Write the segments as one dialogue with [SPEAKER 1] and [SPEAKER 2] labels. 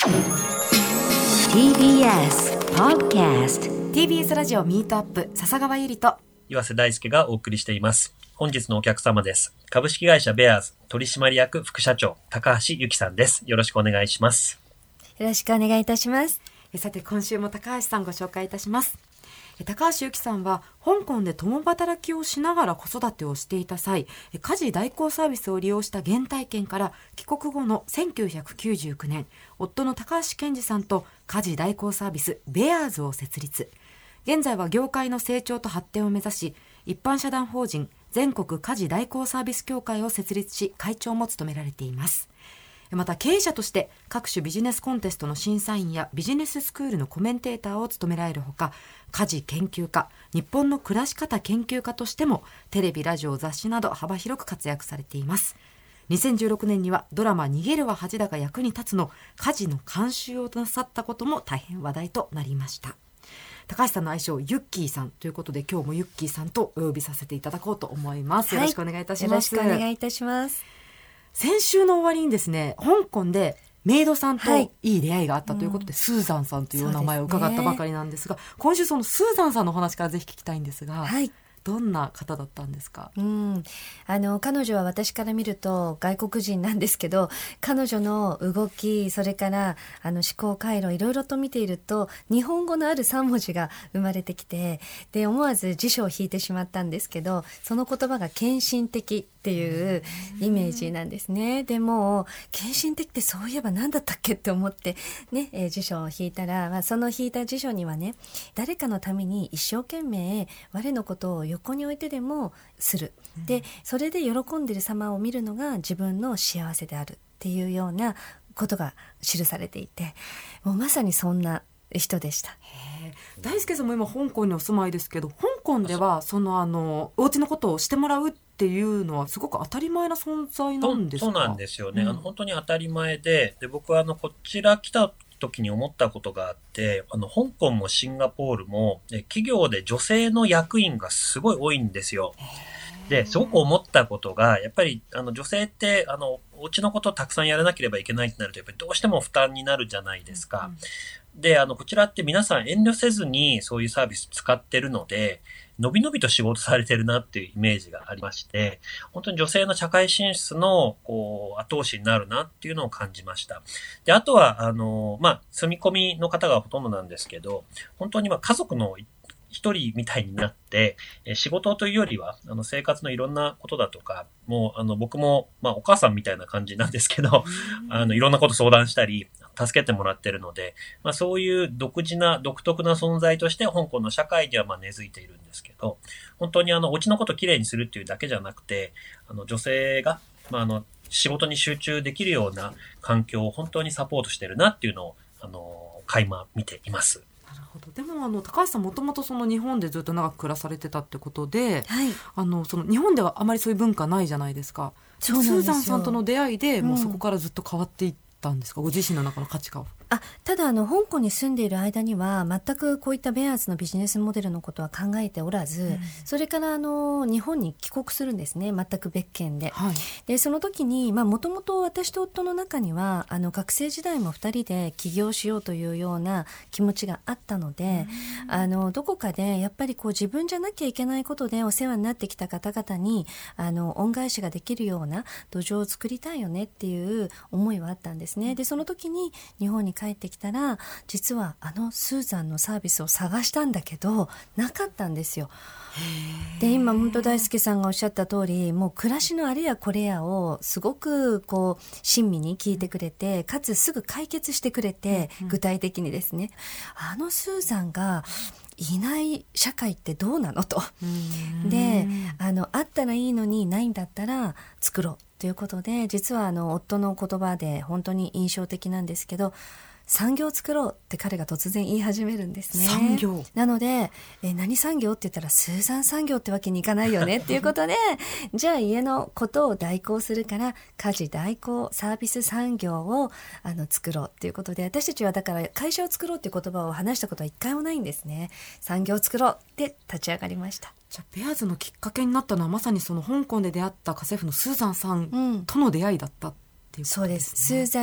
[SPEAKER 1] TBS Podcast
[SPEAKER 2] TBS ラジオミートアップ、笹川ゆりと
[SPEAKER 3] 岩瀬大輔がお送りしています。本日のお客様です。株式会社ベアーズ取締役副社長高橋由紀さんです。よろしくお願いします。
[SPEAKER 4] よろしくお願いいたします。
[SPEAKER 2] さて今週も高橋さんご紹介いたします。高橋由紀さんは香港で共働きをしながら子育てをしていた際、家事代行サービスを利用した原体験から帰国後の1999年、夫の高橋健二さんと家事代行サービスベアーズを設立。現在は業界の成長と発展を目指し、一般社団法人全国家事代行サービス協会を設立し、会長も務められています。また経営者として各種ビジネスコンテストの審査員やビジネススクールのコメンテーターを務められるほか、家事研究家、日本の暮らし方研究家としてもテレビ、ラジオ、雑誌など幅広く活躍されています。2016年にはドラマ逃げるは恥だが役に立つの家事の監修をなさったことも大変話題となりました。高橋さんの愛称ユッキーさんということで、今日もユッキーさんとお呼びさせていただこうと思います。よろしくお願いいたします。
[SPEAKER 4] よろしくお願いいたします。
[SPEAKER 2] 先週の終わりにですね、香港でメイドさんといい出会いがあったということで、スーザンさんというお名前を伺ったばかりなんですが、今週そのスーザンさんのお話からぜひ聞きたいんですが、どんな方だったんですか？
[SPEAKER 4] 彼女は私から見ると外国人なんですけど、彼女の動き、それから思考回路、いろいろと見ていると日本語のある3文字が生まれてきて、で思わず辞書を引いてしまったんですけど、その言葉が献身的っていうイメージなんですね。でも献身的ってそういえば何だったっけって思ってね、辞書を引いたら、その引いた辞書にはね、誰かのために一生懸命我のことを横に置いてでもする、でそれで喜んでる様を見るのが自分の幸せであるっていうようなことが記されていて、もうまさにそんな人でした。
[SPEAKER 2] 大輔さんも今香港にお住まいですけど、香港ではお家のことをしてもらうっていうのはすごく当たり前な存在なんですか？
[SPEAKER 3] そうなんですよね。本当に当たり前で、僕はこちら来た時に思ったことがあって、香港もシンガポールも企業で女性の役員がすごい多いんですよ。ですごく思ったことが、やっぱり女性ってお家のことをたくさんやらなければいけないってなると、やっぱりどうしても負担になるじゃないですか。でこちらって皆さん遠慮せずにそういうサービス使ってるので、のびのびと仕事されてるなっていうイメージがありまして、本当に女性の社会進出の後押しになるなっていうのを感じました。であとは住み込みの方がほとんどなんですけど、本当に家族の一人みたいになって、仕事というよりは生活のいろんなことだとか、もう僕もお母さんみたいな感じなんですけど、いろんなこと相談したり助けてもらってるので、そういう独特な存在として香港の社会には根付いているんですけど、本当にお家のことをきれいにするっていうだけじゃなくて、女性が仕事に集中できるような環境を本当にサポートしてるなっていうのを垣間見ています。
[SPEAKER 2] なるほど。でも高橋さんもともと日本でずっと長く暮らされてたってことで、その日本ではあまりそういう文化ないじゃないですか。スーザンさんとの出会いで、もうそこからずっと変わっていったんですか？ご自身の中の価値観を。
[SPEAKER 4] ただ香港に住んでいる間には全くこういったベアーズのビジネスモデルのことは考えておらず、それから日本に帰国するんですね、全く別件で。でその時にもともと私と夫の中には学生時代も2人で起業しようというような気持ちがあったので、どこかでやっぱり自分じゃなきゃいけないことでお世話になってきた方々に恩返しができるような土壌を作りたいよねっていう思いはあったんですね。でその時に日本に帰ってきたら、実はスーザンのサービスを探したんだけどなかったんですよ。で今本当大輔さんがおっしゃった通り、もう暮らしのあれやこれやをすごく親身に聞いてくれて、かつすぐ解決してくれて、具体的にですね、スーザンがいない社会ってどうなのと。であったらいいのにないんだったら作ろうということで、実は夫の言葉で本当に印象的なんですけど、産業を作ろうって彼が突然言い始めるんですね。
[SPEAKER 2] 産業
[SPEAKER 4] なので何産業って言ったらスーザン産業ってわけにいかないよねっていうことでじゃあ家のことを代行するから家事代行サービス産業を作ろうっていうことで、私たちはだから会社を作ろうっていう言葉を話したことは一回もないんですね。産業を作ろうって立ち上がりました。
[SPEAKER 2] じゃあベアーズのきっかけになったのはまさにその香港で出会った家政婦のスーザンさんとの出会いだったっていうことですね。
[SPEAKER 4] そうです。スーザン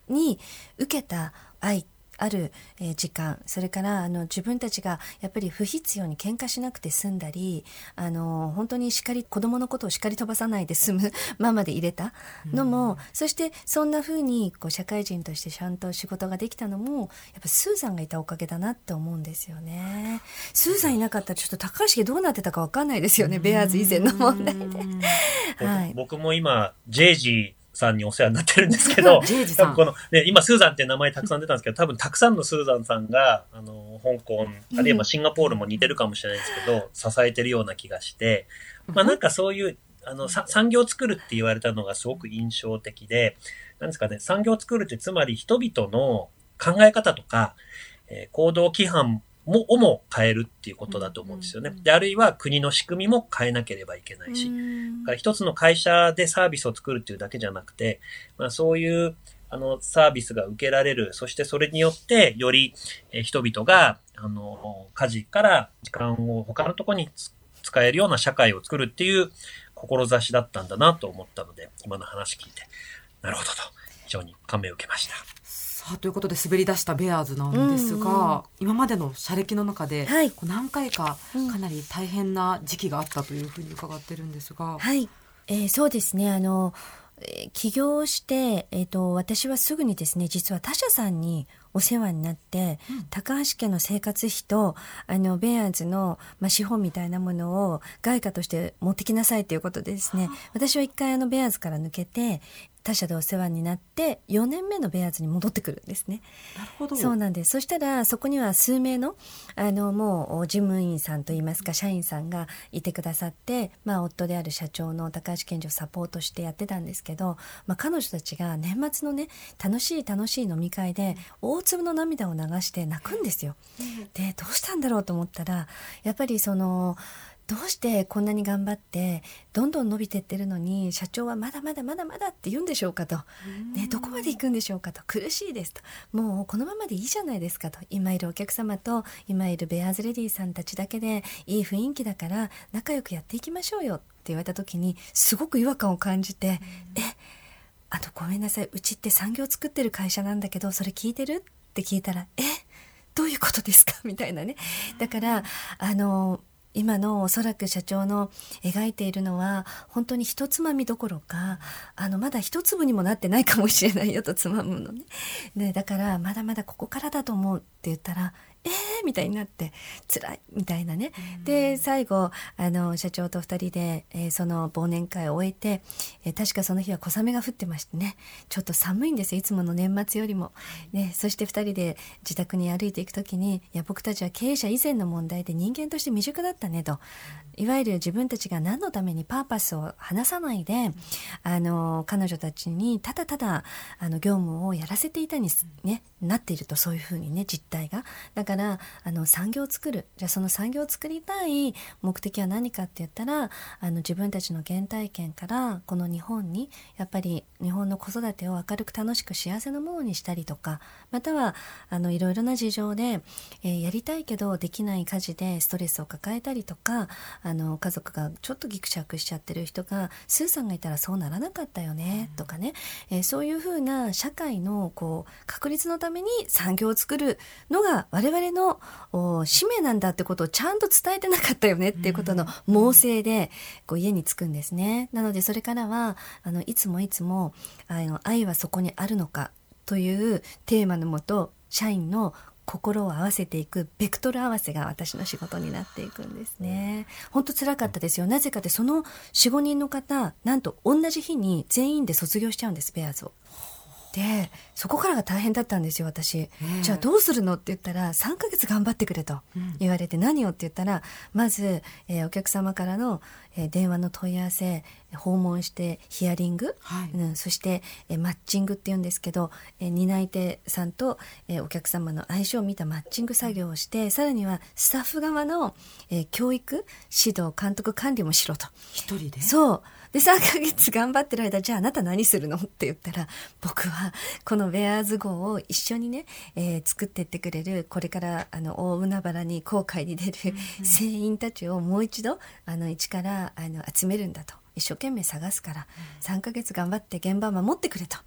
[SPEAKER 4] に受けた愛ある時間、それから自分たちがやっぱり不必要に喧嘩しなくて済んだり、本当に子供のことを叱り飛ばさないで済むままで入れたのも、そしてそんな風に社会人としてちゃんと仕事ができたのもやっぱスーザンがいたおかげだなって思うんですよね。スーザンいなかったらちょっと高橋家どうなってたか分かんないですよね、ベアーズ以前の問題ではい、
[SPEAKER 3] 僕も今ジェイジーさんにお世話になってるんですけど多分今スーザンって名前たくさん出たんですけど、多分たくさんのスーザンさんが香港あるいはシンガポールも似てるかもしれないですけど、支えてるような気がして、なんかそういう産業を作るって言われたのがすごく印象的で、なんですかね、産業を作るってつまり人々の考え方とか、行動規範も変えるっていうことだと思うんですよね。で、あるいは国の仕組みも変えなければいけないし、一つの会社でサービスを作るっていうだけじゃなくて、そういうサービスが受けられる、そしてそれによってより人々が家事から時間を他のところに使えるような社会を作るっていう志だったんだなと思ったので、今の話聞いてなるほどと非常に感銘を受けました。
[SPEAKER 2] ということで滑り出したベアーズなんですが、今までの社歴の中で、何回かかなり大変な時期があったというふうに伺ってるんですが、
[SPEAKER 4] そうですね、起業して、私はすぐにですね、実は他社さんにお世話になって、高橋家の生活費とベアーズの、資本みたいなものを外貨として持ってきなさいということでですね、私は一回ベアーズから抜けて他社でお世話になって4年目のベアーズに戻ってくるんですね。
[SPEAKER 2] なるほど。
[SPEAKER 4] そうなんです。そしたらそこには数名のもう事務員さんといいますか社員さんがいてくださって、夫である社長の高橋健二をサポートしてやってたんですけど、彼女たちが年末のね楽しい飲み会で大粒の涙を流して泣くんですよ。でどうしたんだろうと思ったら、やっぱりどうしてこんなに頑張ってどんどん伸びてってるのに社長はまだまだって言うんでしょうかと、どこまで行くんでしょうかと、苦しいですと、もうこのままでいいじゃないですかと、今いるお客様と今いるベアーズレディさんたちだけでいい雰囲気だから仲良くやっていきましょうよって言われた時にすごく違和感を感じて、ごめんなさい、うちって産業を作ってる会社なんだけどそれ聞いてるって聞いたら、どういうことですかみたいなね。だから今のおそらく社長の描いているのは本当に一つまみどころかまだ一粒にもなってないかもしれないよと、つまむのね。だからまだまだここからだと思うって言ったらみたいになって辛いみたいなね。で最後社長と2人で、その忘年会を終えて、確かその日は小雨が降ってましてね、ちょっと寒いんですよ、いつもの年末よりも、そして2人で自宅に歩いていくときに、いや僕たちは経営者以前の問題で人間として未熟だったねと、いわゆる自分たちが何のためにパーパスを話さないで彼女たちにただただ業務をやらせていたに、なっていると、そういうふうにね実態が。だから産業を作る、じゃあその産業を作りたい目的は何かって言ったら自分たちの原体験からこの日本にやっぱり日本の子育てを明るく楽しく幸せなものにしたりとか、またはいろいろな事情で、やりたいけどできない家事でストレスを抱えたりとか家族がちょっとギクシャクしちゃってる人が、スーさんがいたらそうならなかったよねとかね、そういうふうな社会の確立のために産業を作るのが我々の使命なんだってことをちゃんと伝えてなかったよねっていうことの猛省で家に着くんですね。なのでそれからはいつも愛はそこにあるのかというテーマのもと、社員の心を合わせていくベクトル合わせが私の仕事になっていくんですね。本当辛かったですよ。なぜかってその 4,5 人の方、なんと同じ日に全員で卒業しちゃうんです、ベアーズを。でそこからが大変だったんですよ私。じゃあどうするのって言ったら、3ヶ月頑張ってくれと言われて、何をって言ったら、まず、お客様からの、電話の問い合わせ、訪問してヒアリング、そして、マッチングって言うんですけど、担い手さんと、お客様の相性を見たマッチング作業をして、さらにはスタッフ側の、教育指導監督管理もしろと。
[SPEAKER 2] 一人で？
[SPEAKER 4] そうで3ヶ月頑張ってる間、じゃああなた何するのって言ったら、僕はこのベアーズ号を一緒にね、作ってってくれる、これから大海原に航海に出る船員たちをもう一度一から集めるんだと、一生懸命探すから3ヶ月頑張って現場を守ってくれと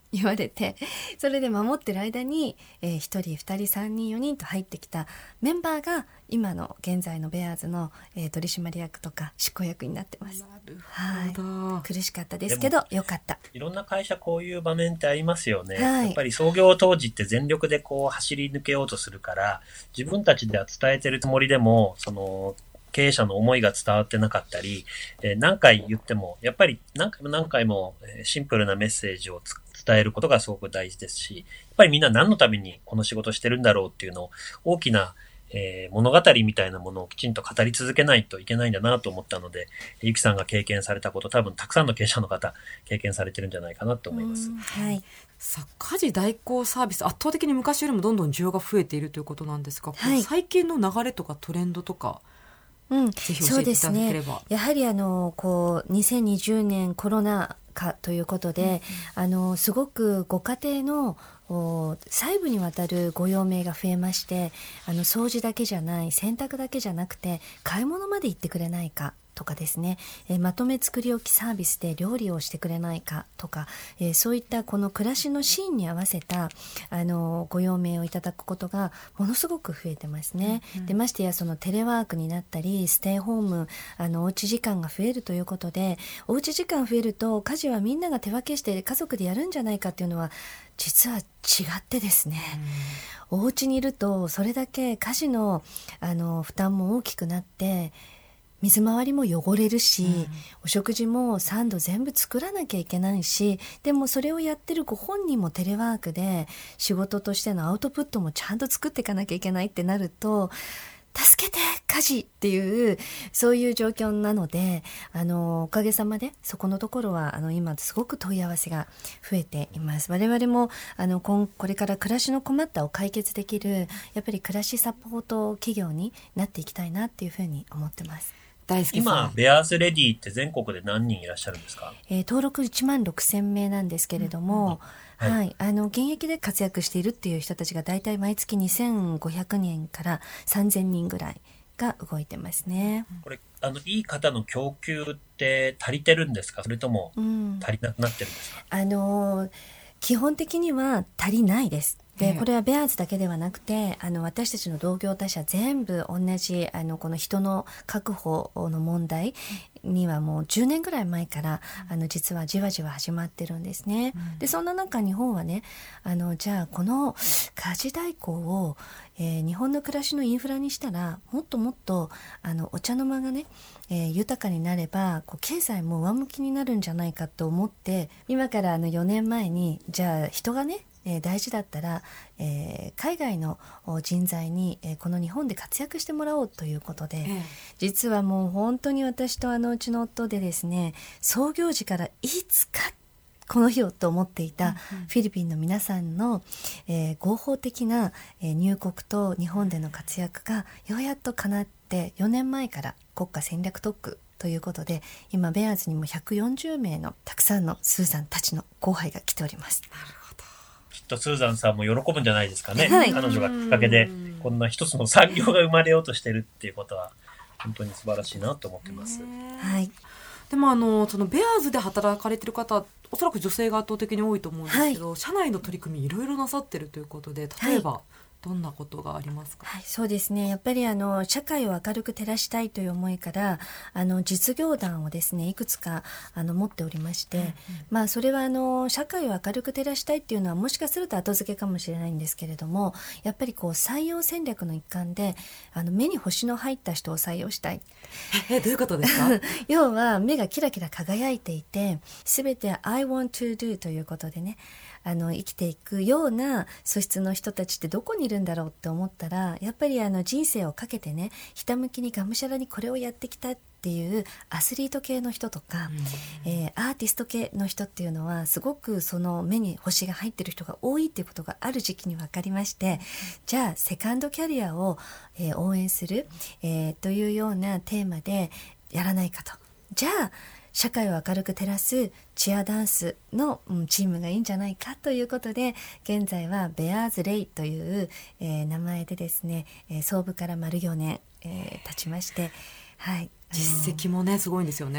[SPEAKER 4] 言われて、それで守ってる間に、1人2人3人4人と入ってきたメンバーが今の現在のベアーズの、取締役とか執行役になってます。
[SPEAKER 2] なるほど、
[SPEAKER 4] はい、苦しかったですけどよかった。
[SPEAKER 3] いろんな会社こういう場面ってありますよね、
[SPEAKER 4] はい、
[SPEAKER 3] やっぱり創業当時って全力でこう走り抜けようとするから、自分たちでは伝えてるつもりでもその経営者の思いが伝わってなかったり、何回言ってもやっぱり何回もシンプルなメッセージを伝えることがすごく大事ですし、やっぱりみんな何のためにこの仕事してるんだろうっていうのを大きな物語みたいなものをきちんと語り続けないといけないんだなと思ったので、ゆきさんが経験されたこと、多分たくさんの経営者の方経験されてるんじゃないかなと思います。
[SPEAKER 4] はい、
[SPEAKER 2] さあ、家事代行サービス圧倒的に昔よりもどんどん需要が増えているということなんですが、
[SPEAKER 4] はい、
[SPEAKER 2] 最近の流れとかトレンドとか、ぜひ教えていただければ。そうですね、
[SPEAKER 4] やはりこう2020年コロナ禍ということで、すごくご家庭の細部にわたるご用命が増えまして、掃除だけじゃない、洗濯だけじゃなくて買い物まで行ってくれないかとかですね、まとめ作り置きサービスで料理をしてくれないかとか、そういったこの暮らしのシーンに合わせたご用命をいただくことがものすごく増えてますね。でましてやそのテレワークになったりステイホームおうち時間が増えるということで、おうち時間増えると家事はみんなが手分けして家族でやるんじゃないかっていうのは実は違ってですね、お家にいるとそれだけ家事の負担も大きくなって水回りも汚れるし、お食事も3度全部作らなきゃいけないし、でもそれをやってるご本人もテレワークで仕事としてのアウトプットもちゃんと作っていかなきゃいけないってなると、助けて家事っていうそういう状況なので、おかげさまでそこのところは今すごく問い合わせが増えています。我々もこれから暮らしの困ったを解決できるやっぱり暮らしサポート企業になっていきたいなっていうふうに思ってます。
[SPEAKER 2] 大好きさん、
[SPEAKER 3] 今ベアーズレディって全国で何人いらっしゃるんですか？
[SPEAKER 4] 登録16,000名なんですけれども、はい、現役で活躍しているっていう人たちがだいたい毎月2,500人から3,000人ぐらいが動いてますね。
[SPEAKER 3] これいい方の供給って足りてるんですか？それとも足りなくなってるんですか？
[SPEAKER 4] 基本的には足りないです。でこれはベアーズだけではなくて私たちの同業他社全部同じこの人の確保の問題にはもう10年ぐらい前から実はじわじわ始まってるんですね。でそんな中日本はねじゃあこの家事代行を、日本の暮らしのインフラにしたらもっともっとお茶の間がね、豊かになれば経済も上向きになるんじゃないかと思って、今から4年前にじゃあ人がね大事だったら、海外の人材に、この日本で活躍してもらおうということで、実はもう本当に私とうちの夫でですね、創業時からいつかこの日をと思っていたフィリピンの皆さんの、合法的な、入国と日本での活躍がようやっと叶って4年前から国家戦略特区ということで、今ベアーズにも140名のたくさんのスーザンたちの後輩が来ております。
[SPEAKER 2] なるほど。
[SPEAKER 3] きっとスーザンさんも喜ぶんじゃないですかね、
[SPEAKER 4] はい、
[SPEAKER 3] 彼女がきっかけでこんな一つの産業が生まれようとしてるっていうことは本当に素晴らしいなと思ってます。
[SPEAKER 4] はい、
[SPEAKER 2] でもそのベアーズで働かれてる方、おそらく女性が圧倒的に多いと思うんですけど、社内の取り組みいろいろなさってるということで、例えば、どんなことがありますか？
[SPEAKER 4] はい、そうですね、やっぱり社会を明るく照らしたいという思いから実業団をですねいくつか持っておりまして、それは社会を明るく照らしたいっていうのはもしかすると後付けかもしれないんですけれども、やっぱり採用戦略の一環で目に星の入った人を採用したい。
[SPEAKER 2] どういうことですか？
[SPEAKER 4] 要は目がキラキラ輝いていて、全て I want to do ということでね、生きていくような素質の人たちってどこにいるんだろうって思ったら、やっぱり人生をかけてね、ひたむきにがむしゃらにこれをやってきたっていうアスリート系の人とか、アーティスト系の人っていうのはすごくその目に星が入ってる人が多いっていうことがある時期に分かりまして、じゃあセカンドキャリアを、応援する、というようなテーマでやらないかと。じゃあ社会を明るく照らすチアダンスの、チームがいいんじゃないかということで、現在はベアーズレイという、名前でですね、創部から丸4年、経ちまして、はい、
[SPEAKER 2] 実績もねすごいんですよね。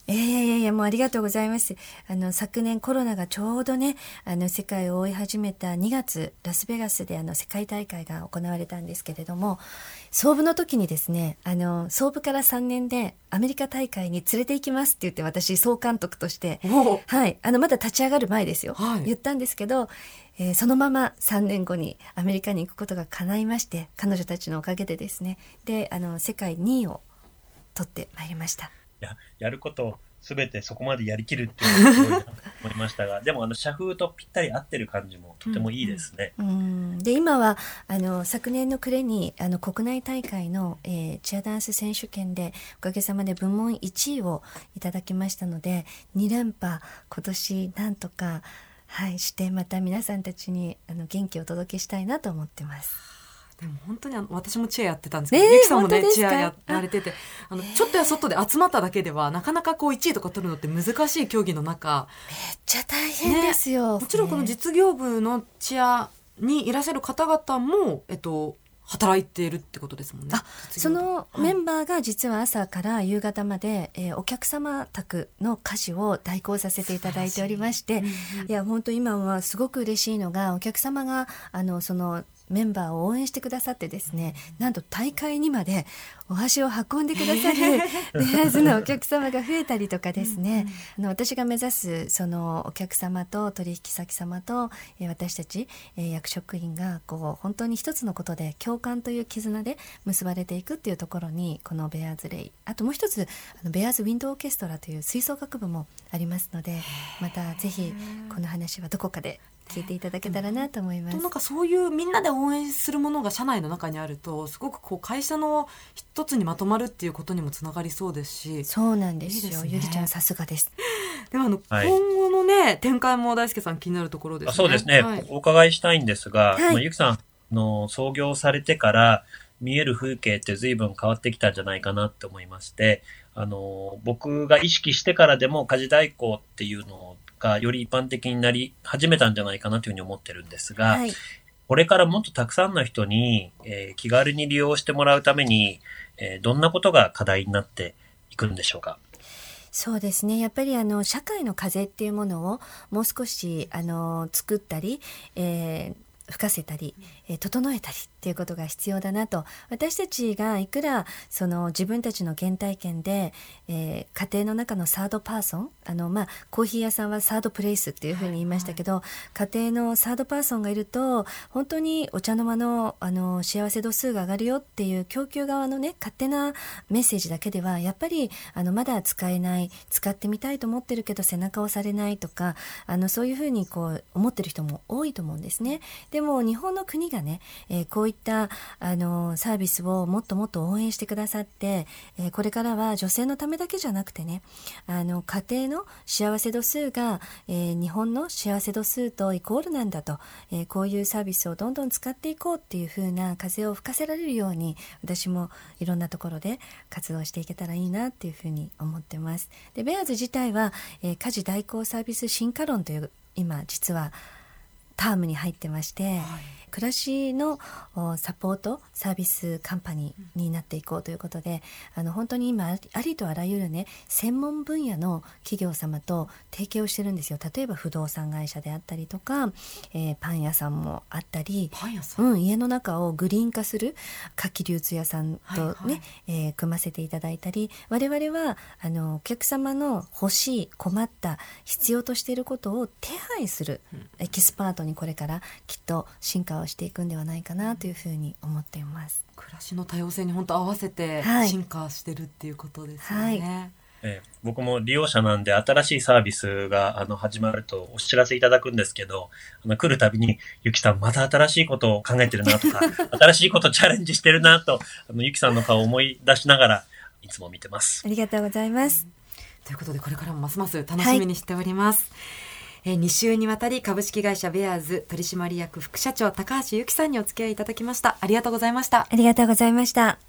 [SPEAKER 4] いやもうありがとうございます。昨年コロナがちょうどね世界を覆い始めた2月ラスベガスで世界大会が行われたんですけれども、創部の時にですね創部から3年でアメリカ大会に連れて行きますって言って、私総監督として、はい、まだ立ち上がる前ですよ、はい、言ったんですけど、そのまま3年後にアメリカに行くことが叶いまして、彼女たちのおかげでですね、で世界2位を取ってまいりました。
[SPEAKER 3] やることを全てそこまでやりきるっていうのがすごいなと思いましたがでも社風とぴったり合ってる感じもとてもいいですね。
[SPEAKER 4] で今は昨年の暮れに国内大会の、チアダンス選手権でおかげさまで部門1位をいただきましたので、2連覇今年なんとか、はい、してまた皆さんたちに元気をお届けしたいなと思ってます。
[SPEAKER 2] でも本当に私もチアやってたんですけど、ゆきさんもねチアやられててちょっとや外で集まっただけではなかなかこう1位とか取るのって難しい競技の中、
[SPEAKER 4] めっちゃ大変ですよ、
[SPEAKER 2] もちろんこの実業部のチアにいらっしゃる方々も、働いているってことですもんね。
[SPEAKER 4] そのメンバーが実は朝から夕方まで、お客様宅の家事を代行させていただいておりまして、いや本当今はすごく嬉しいのが、お客様がそのメンバーを応援してくださってですね、なんと大会にまでお箸を運んでくださるベアーズのお客様が増えたりとかですね、私が目指すそのお客様と取引先様と私たち役職員が本当に一つのことで共感という絆で結ばれていくっていうところに、このベアーズレイ、あともう一つベアーズウィンドオーケストラという吹奏楽部もありますので、またぜひこの話はどこかで聞いていただけたらなと思います。
[SPEAKER 2] なんかそういうみんなで応援するものが社内の中にあると、すごく会社の一つにまとまるっていうことにもつながりそうですし。
[SPEAKER 4] そうなんですよ。
[SPEAKER 2] いいですね、
[SPEAKER 4] ゆりちゃんさすがです。
[SPEAKER 2] では今後のね展開も大輔さん気になるところですね。
[SPEAKER 3] そうですね、お伺いしたいんですが、ゆきさんの創業されてから見える風景って随分変わってきたんじゃないかなって思いまして、僕が意識してからでも家事代行っていうのがより一般的になり始めたんじゃないかなというふうに思ってるんですが、これからもっとたくさんの人に、気軽に利用してもらうために、どんなことが課題になっていくんでしょうか。
[SPEAKER 4] そうですね、やっぱり社会の風っていうものをもう少し作ったり、吹かせたり、整えたりっていうことが必要だなと。私たちがいくら自分たちの原体験で、家庭の中のサードパーソン、コーヒー屋さんはサードプレイスっていうふうに言いましたけど、家庭のサードパーソンがいると本当にお茶の間の幸せ度数が上がるよっていう供給側のね勝手なメッセージだけではやっぱりまだ使えない、使ってみたいと思ってるけど背中を押されないとかそういうふうに思ってる人も多いと思うんですね。でも日本の国がね、こういったサービスをもっともっと応援してくださって、これからは女性のためだけじゃなくてね、家庭の幸せ度数が、日本の幸せ度数とイコールなんだと、こういうサービスをどんどん使っていこうっていう風な風を吹かせられるように、私もいろんなところで活動していけたらいいなっていう風に思ってます。でベアーズ自体は、家事代行サービス進化論という今実はタームに入ってまして、暮らしのサポートサービスカンパニーになっていこうということで、本当に今ありとあらゆるね専門分野の企業様と提携をしてるんですよ。例えば不動産会社であったりとか、パン屋さんもあったり、家の中をグリーン化する夏季流通屋さんとね、組ませていただいたり、我々はお客様の欲しい困った必要としていることを手配するエキスパートにこれからきっと進化をしていくんではないかなというふうに思っています。
[SPEAKER 2] 暮らしの多様性に本当合わせて進化してるっていうことですよね。
[SPEAKER 3] 僕も利用者なんで新しいサービスが始まるとお知らせいただくんですけど、来るたびにゆきさんまた新しいことを考えてるなとか新しいことチャレンジしてるなとゆきさんの顔を思い出しながらいつも見てます。
[SPEAKER 4] ありがとうございます。
[SPEAKER 2] ということでこれからもますます楽しみにしております。2週にわたり株式会社ベアーズ取締役副社長高橋由紀さんにお付き合いいただきました。ありがとうございました。
[SPEAKER 4] ありがとうございました。